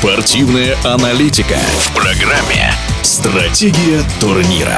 Спортивная аналитика в программе «Стратегия турнира».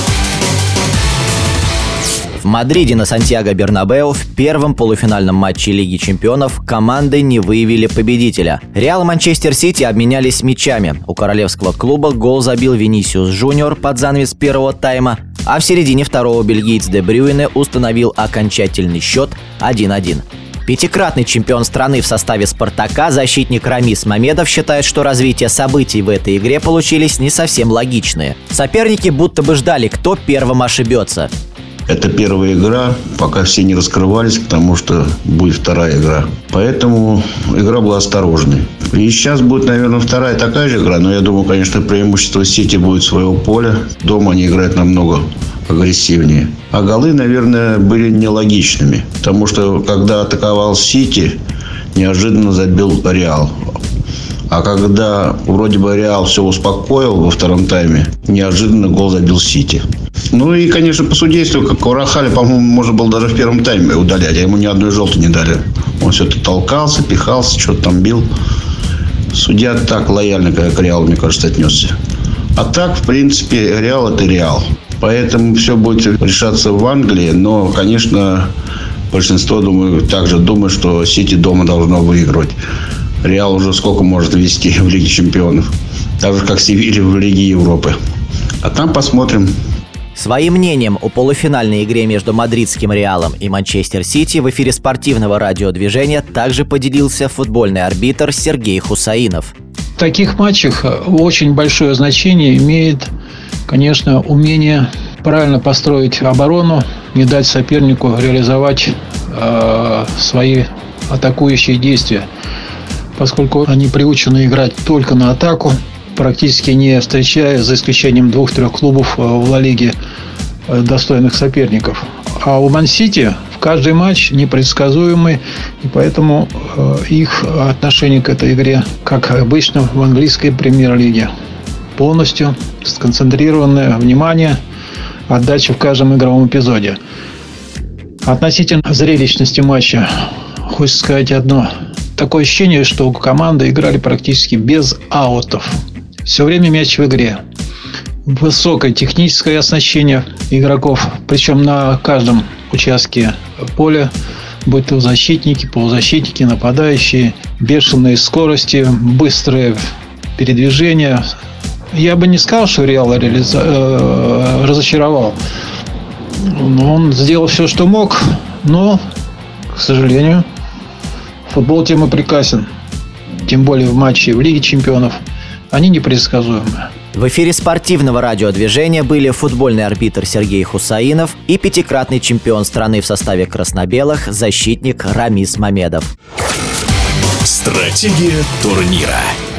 В Мадриде на Сантьяго-Бернабеу в первом полуфинальном матче Лиги чемпионов команды не выявили победителя. Реал и Манчестер Сити обменялись мячами. У королевского клуба гол забил Винисиус Джуниор под занавес первого тайма, а в середине второго бельгиец Де Брюйне установил окончательный счет 1-1. Пятикратный чемпион страны в составе «Спартака» защитник Рамис Мамедов считает, что развитие событий в этой игре получились не совсем логичные. Соперники будто бы ждали, кто первым ошибется. Это первая игра, пока все не раскрывались, потому что будет вторая игра. Поэтому игра была осторожной. И сейчас будет, наверное, вторая такая же игра. Но я думаю, конечно, преимущество Сити будет своего поля. Дома они играют намного агрессивнее. А голы, наверное, были нелогичными. Потому что, когда атаковал Сити, неожиданно забил Реал. А когда вроде бы Реал все успокоил во втором тайме, неожиданно гол забил Сити. Ну и, конечно, по судейству, как Кварахаля, по-моему, можно было даже в первом тайме удалять, а ему ни одной желтой не дали. Он все-таки толкался, пихался, что-то там бил. Судья так лояльно к Реалу, мне кажется, отнесся. А так, в принципе, Реал – это Реал. Поэтому все будет решаться в Англии. Но, конечно, большинство, думаю, также думает, что Сити дома должно выигрывать. Реал уже сколько может вести в Лиге чемпионов. Так же, как Севилья в Лиге Европы. А там посмотрим. Своим мнением о полуфинальной игре между мадридским Реалом и Манчестер Сити в эфире спортивного радиодвижения также поделился футбольный арбитр Сергей Хусаинов. В таких матчах очень большое значение имеет, конечно, умение правильно построить оборону, не дать сопернику реализовать свои атакующие действия. Поскольку они приучены играть только на атаку, практически не встречая, за исключением 2-3 клубов в Ла Лиге, достойных соперников. А у Ман-Сити в каждый матч непредсказуемый, и поэтому их отношение к этой игре, как обычно в английской премьер-лиге, полностью сконцентрированное внимание, отдача в каждом игровом эпизоде. Относительно зрелищности матча хочется сказать одно. Такое ощущение, что команды играли практически без аутов. Все время мяч в игре. Высокое техническое оснащение игроков, причем на каждом участке поля, будь то защитники, полузащитники, нападающие, бешеные скорости, быстрые передвижения. Я бы не сказал, что Реал разочаровал. Он сделал все, что мог, но, к сожалению, футбол тем и прекрасен. Тем более в матче в Лиге чемпионов. Они непредсказуемы. В эфире спортивного радиодвижения были футбольный арбитр Сергей Хусаинов и пятикратный чемпион страны в составе красно-белых защитник Рамис Мамедов. Стратегия турнира.